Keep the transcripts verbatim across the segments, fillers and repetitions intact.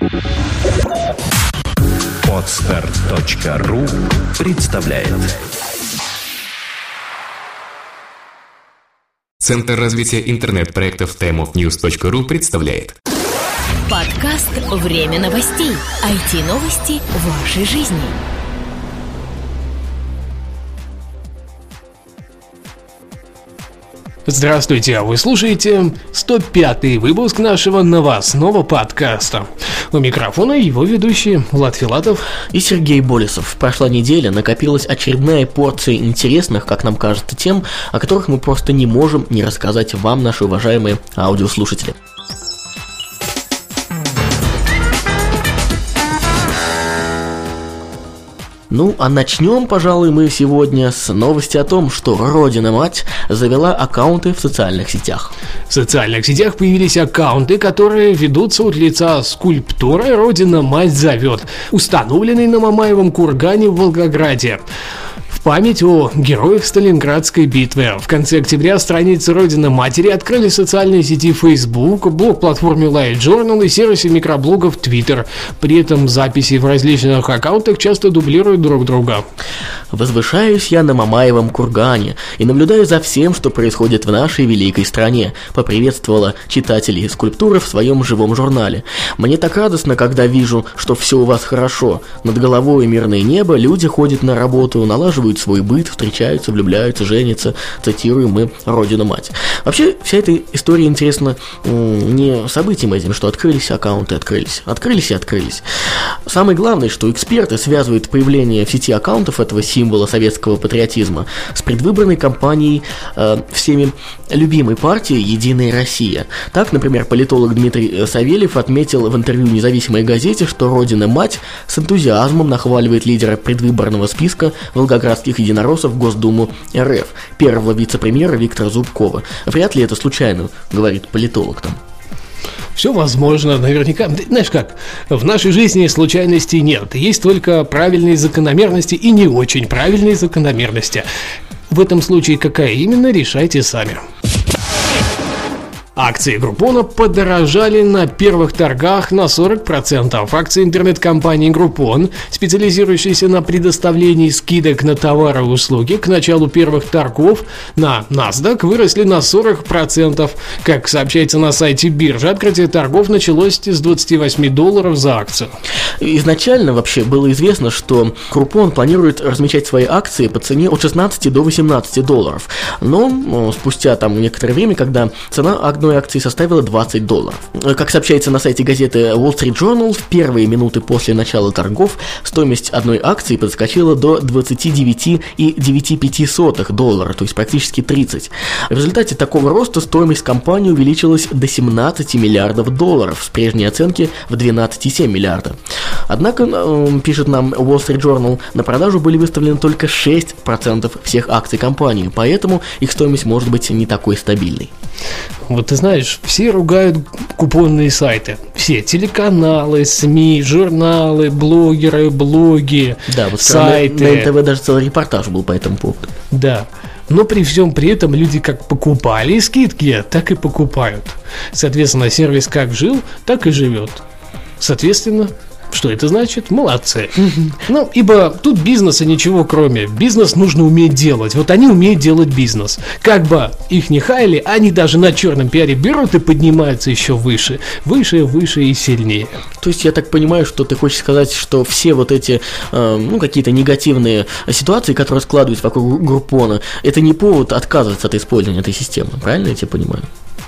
Подстер точка ру представляет. Центр развития интернет-проектов таймофньюз точка ру представляет подкаст «Время новостей». ай ти-новости вашей жизни. Здравствуйте, вы слушаете сто пятый выпуск нашего новостного подкаста. У микрофона его ведущие Влад Филатов и Сергей Болесов. В прошлой неделе накопилась очередная порция интересных, как нам кажется, тем, о которых мы просто не можем не рассказать вам, наши уважаемые аудиослушатели. Ну, а начнем, пожалуй, мы сегодня с новости о том, что Родина-мать завела аккаунты в социальных сетях. В социальных сетях появились аккаунты, которые ведутся от лица скульптуры «Родина-мать зовет», установленной на Мамаевом кургане в Волгограде. В память о героях Сталинградской битвы. В конце октября страницы Родина-матери открыли социальные сети Facebook, блог-платформе LiveJournal и сервисе микроблогов Twitter. При этом записи в различных аккаунтах часто дублируют друг друга. «Возвышаюсь я на Мамаевом кургане и наблюдаю за всем, что происходит в нашей великой стране», поприветствовала читателей скульптуры в своем живом журнале. «Мне так радостно, когда вижу, что все у вас хорошо. Над головой мирное небо, люди ходят на работу, налаживают свой быт, встречаются, влюбляются, женятся», цитируем мы Родину-мать. Вообще, вся эта история интересна не событием этим, что открылись аккаунты, открылись, открылись и открылись. Самое главное, что эксперты связывают появление в сети аккаунтов этого символа советского патриотизма с предвыборной кампанией э, всеми любимой партии «Единая Россия». Так, например, политолог Дмитрий Савельев отметил в интервью «Независимой газете», что Родина-мать с энтузиазмом нахваливает лидера предвыборного списка волгоградских единороссов в Госдуму эр эф, первого вице-премьера Виктора Зубкова. Вряд ли это случайно, говорит политолог там. Все возможно, наверняка. Знаешь как, в нашей жизни случайностей нет. Есть только правильные закономерности и не очень правильные закономерности. В этом случае какая именно, решайте сами. Акции Группона подорожали на первых торгах на сорок процентов. Акции интернет-компании Группон, специализирующейся на предоставлении скидок на товары и услуги, к началу первых торгов на NASDAQ выросли на сорок процентов. Как сообщается на сайте биржи, открытие торгов началось с двадцати восьми долларов за акцию. Изначально вообще было известно, что Группон планирует размещать свои акции по цене от шестнадцати до восемнадцати долларов. Но спустя там некоторое время, когда цена одной акции составила двадцать долларов. Как сообщается на сайте газеты Wall Street Journal, в первые минуты после начала торгов стоимость одной акции подскочила до двадцати девяти целых девяносто пять сотых доллара, то есть практически тридцать. В результате такого роста стоимость компании увеличилась до семнадцати миллиардов долларов с прежней оценки в двенадцать целых семь десятых миллиарда. Однако, пишет нам Wall Street Journal, на продажу были выставлены только шесть процентов всех акций компании, поэтому их стоимость может быть не такой стабильной. Вот ты знаешь, все ругают купонные сайты. Все телеканалы, СМИ, журналы, блогеры, блоги, да, вот сайты. На эн тэ вэ даже целый репортаж был по этому поводу. Да. Но при всем при этом люди как покупали скидки, так и покупают. Соответственно, сервис как жил, так и живет. Соответственно, что это значит? Молодцы. Ну, ибо тут бизнеса ничего кроме. Бизнес нужно уметь делать. Вот они умеют делать бизнес. Как бы их ни хаяли, они даже на черном пиаре берут и поднимаются еще выше. Выше, выше и сильнее. То есть я так понимаю, что ты хочешь сказать, что все вот эти, э, ну, какие-то негативные ситуации, которые складываются вокруг Группона, это не повод отказываться от использования этой системы. Правильно я тебя понимаю?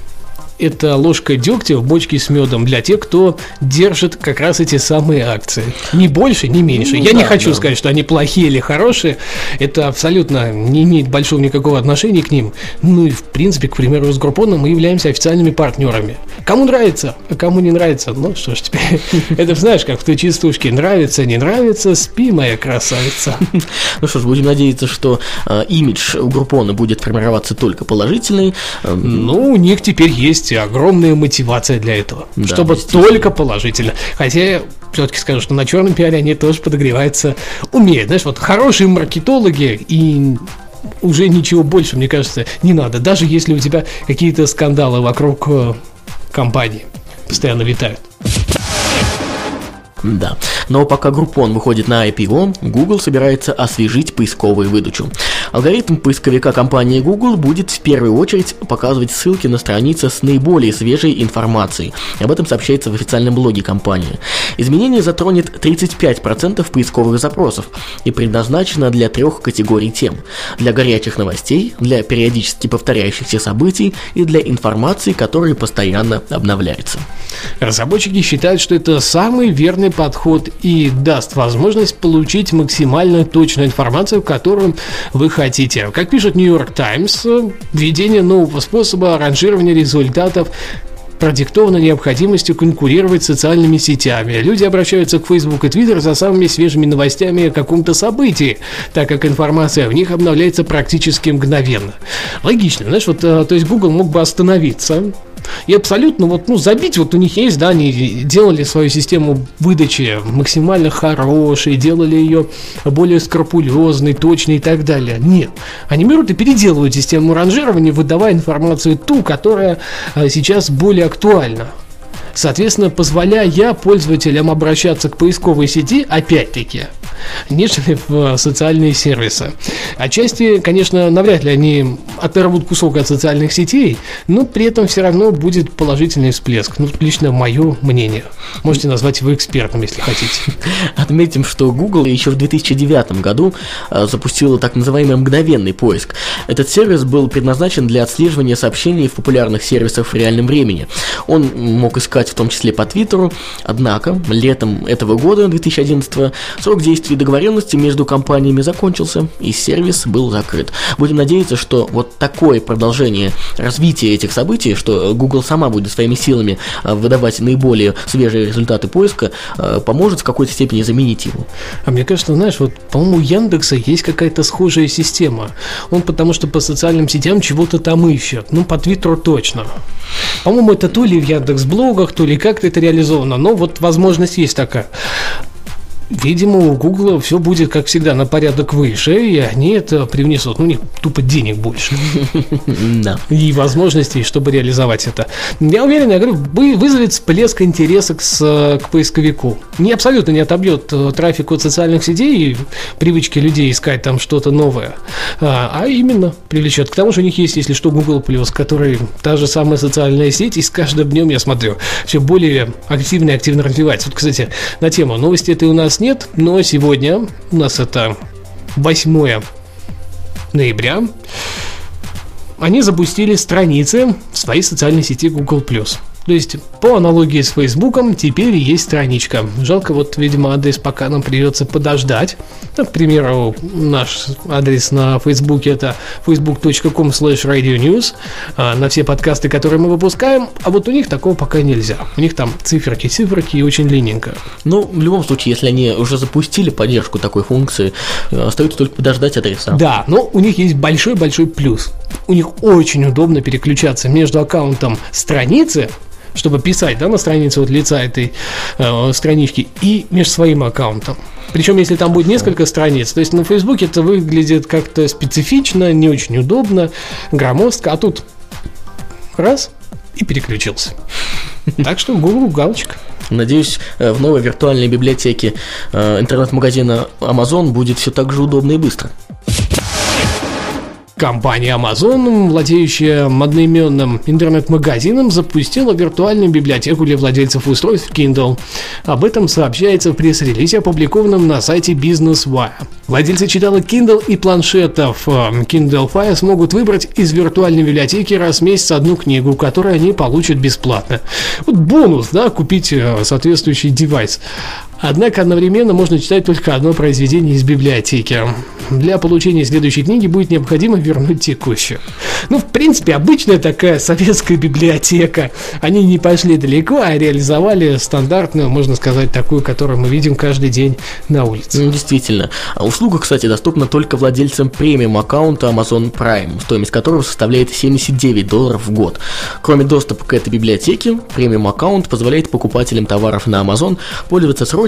Это ложка дегтя в бочке с медом для тех, кто держит как раз эти самые акции. Ни больше, ни меньше. Ну, Я да, не хочу да. сказать, что они плохие или хорошие. Это абсолютно не имеет большого никакого отношения к ним. Ну и в принципе, к примеру, с Группоном мы являемся официальными партнерами. Кому нравится, а кому не нравится, ну что ж теперь. Это знаешь, как в той частушке: нравится, не нравится, спи, моя красавица. Ну что ж, будем надеяться, что имидж у Группона будет формироваться только положительный. Ну, у них теперь есть огромная мотивация для этого, да, чтобы только положительно. Хотя я все-таки скажу, что на черном пиаре они тоже подогреваются, умеют. Знаешь, вот хорошие маркетологи, и уже ничего больше, мне кажется, не надо. Даже если у тебя какие-то скандалы вокруг компании постоянно витают. Да, но пока Groupon выходит на ай пи о, Google собирается освежить поисковую выдачу. Алгоритм поисковика компании Google будет в первую очередь показывать ссылки на страницы с наиболее свежей информацией. Об этом сообщается в официальном блоге компании. Изменение затронет тридцать пять процентов поисковых запросов и предназначено для трех категорий тем: для горячих новостей, для периодически повторяющихся событий и для информации, которая постоянно обновляется. Разработчики считают, что это самый верный подход и даст возможность получить максимально точную информацию, которую вы хотите. Как пишет New York Times, введение нового способа ранжирования результатов продиктовано необходимостью конкурировать с социальными сетями. Люди обращаются к Facebook и Twitter за самыми свежими новостями о каком-то событии, так как информация в них обновляется практически мгновенно. Логично, знаешь, вот, то есть Google мог бы остановиться и абсолютно вот, ну, забить, вот у них есть, да, они делали свою систему выдачи максимально хорошей, делали ее более скрупулезной, точной и так далее. Нет, они берут и переделывают систему ранжирования, выдавая информацию ту, которая сейчас более актуальна. Соответственно, позволяя пользователям обращаться к поисковой сети, опять-таки, нежели в социальные сервисы. Отчасти, конечно, навряд ли они оторвут кусок от социальных сетей, но при этом все равно будет положительный всплеск. Ну, лично мое мнение. Можете назвать его экспертом, если хотите. Отметим, что Google еще в две тысячи девятом году запустила так называемый мгновенный поиск. Этот сервис был предназначен для отслеживания сообщений в популярных сервисах в реальном времени. Он мог искать в том числе по Твиттеру, однако летом этого года, две тысячи одиннадцатого, срок действия договоренности между компаниями закончился, и сервис был закрыт. Будем надеяться, что вот такое продолжение развития этих событий, что Google сама будет своими силами выдавать наиболее свежие результаты поиска, поможет в какой-то степени заменить его. А мне кажется, знаешь, вот, по-моему, у Яндекса есть какая-то схожая система. Он потому что по социальным сетям чего-то там ищет. Ну, по Твиттеру точно. По-моему, это то ли в Яндекс.Блогах, то ли как-то это реализовано. Но вот возможность есть такая. Видимо, у Гугла все будет, как всегда, на порядок выше, и они это привнесут. Ну, у них тупо денег больше. Да. И возможностей, чтобы реализовать это. Я уверен, я говорю, вызовет всплеск интереса к, к поисковику. Не абсолютно не отобьет трафик от социальных сетей и привычки людей искать там что-то новое, а, а именно привлечет. К тому же у них есть, если что, Google+, который та же самая социальная сеть, и с каждым днем, я смотрю, все более активно и активно развивается. Вот, кстати, на тему новости это у нас нет, но сегодня у нас это восьмое ноября. Они запустили страницы в своей социальной сети Google+. То есть, по аналогии с Фейсбуком, теперь есть страничка. Жалко, вот, видимо, адрес пока нам придется подождать. Ну, к примеру, наш адрес на Фейсбуке — это facebook точка com слэш радионьюс. На все подкасты, которые мы выпускаем. А вот у них такого пока нельзя. У них там циферки, циферки и очень длинненько. Ну, в любом случае, если они уже запустили поддержку такой функции, остается только подождать адреса. Да, но у них есть большой-большой плюс. У них очень удобно переключаться между аккаунтом страницы, чтобы писать, да, на странице от лица этой э, странички, и между своим аккаунтом. Причем, если там будет несколько страниц, то есть на Фейсбуке это выглядит как-то специфично, не очень удобно, громоздко, а тут раз и переключился. Так что Google галочка. Надеюсь, в новой виртуальной библиотеке э, интернет-магазина Amazon будет все так же удобно и быстро. Компания Amazon, владеющая одноименным интернет-магазином, запустила виртуальную библиотеку для владельцев устройств Kindle. Об этом сообщается в пресс-релизе, опубликованном на сайте Business Wire. Владельцы читалок Kindle и планшетов Kindle Fire смогут выбрать из виртуальной библиотеки раз в месяц одну книгу, которую они получат бесплатно. Вот бонус, да, купить соответствующий девайс. Однако одновременно можно читать только одно произведение из библиотеки. Для получения следующей книги будет необходимо вернуть текущую. Ну, в принципе, обычная такая советская библиотека. Они не пошли далеко, а реализовали стандартную, можно сказать, такую, которую мы видим каждый день на улице. Ну, действительно. Услуга, кстати, доступна только владельцам премиум аккаунта Amazon Prime, стоимость которого составляет семьдесят девять долларов в год. Кроме доступа к этой библиотеке, премиум аккаунт позволяет покупателям товаров на Amazon пользоваться срочно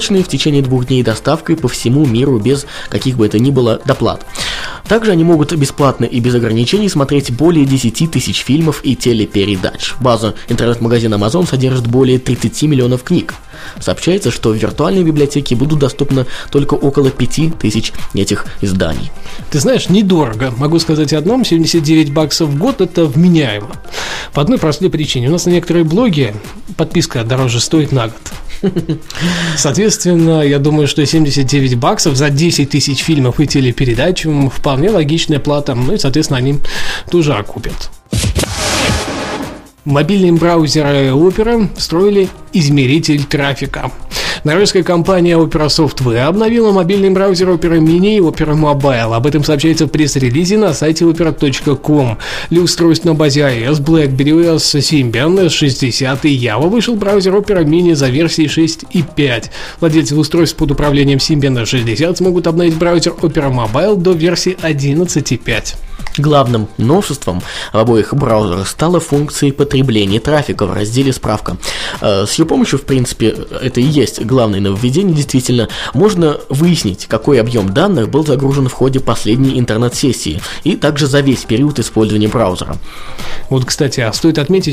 командировочные в течение двух дней доставкой по всему миру без каких бы это ни было доплат. Также они могут бесплатно и без ограничений смотреть более десять тысяч фильмов и телепередач. База интернет-магазина Amazon содержит более тридцать миллионов книг. Сообщается, что в виртуальной библиотеке будут доступны только около пяти тысяч этих изданий. Ты знаешь, недорого. Могу сказать одном, семьдесят девять баксов в год – это вменяемо. По одной простой причине. У нас на некоторые блоги подписка дороже стоит на год. Соответственно, я думаю, что семьдесят девять баксов за десять тысяч фильмов и телепередач вполне логичная плата. Ну и, соответственно, они тоже окупят. Мобильные браузеры Opera встроили измеритель трафика. Норвежская компания Opera Software обновила мобильный браузер Opera Mini и Opera Mobile. Об этом сообщается в пресс-релизе на сайте opera точка ком. Для устройств на базе iOS, BlackBerry, Symbian эс шестьдесят и Java вышел браузер Opera Mini за версией шесть и пять. Владельцы устройств под управлением Symbian эс шестьдесят смогут обновить браузер Opera Mobile до версии одиннадцать и пять. Главным новшеством в обоих браузерах стала функция потребления трафика в разделе «Справка». С ее помощью, в принципе, это и есть главное нововведение. Действительно, можно выяснить, какой объем данных был загружен в ходе последней интернет-сессии и также за весь период использования браузера. Вот, кстати, стоит отметить,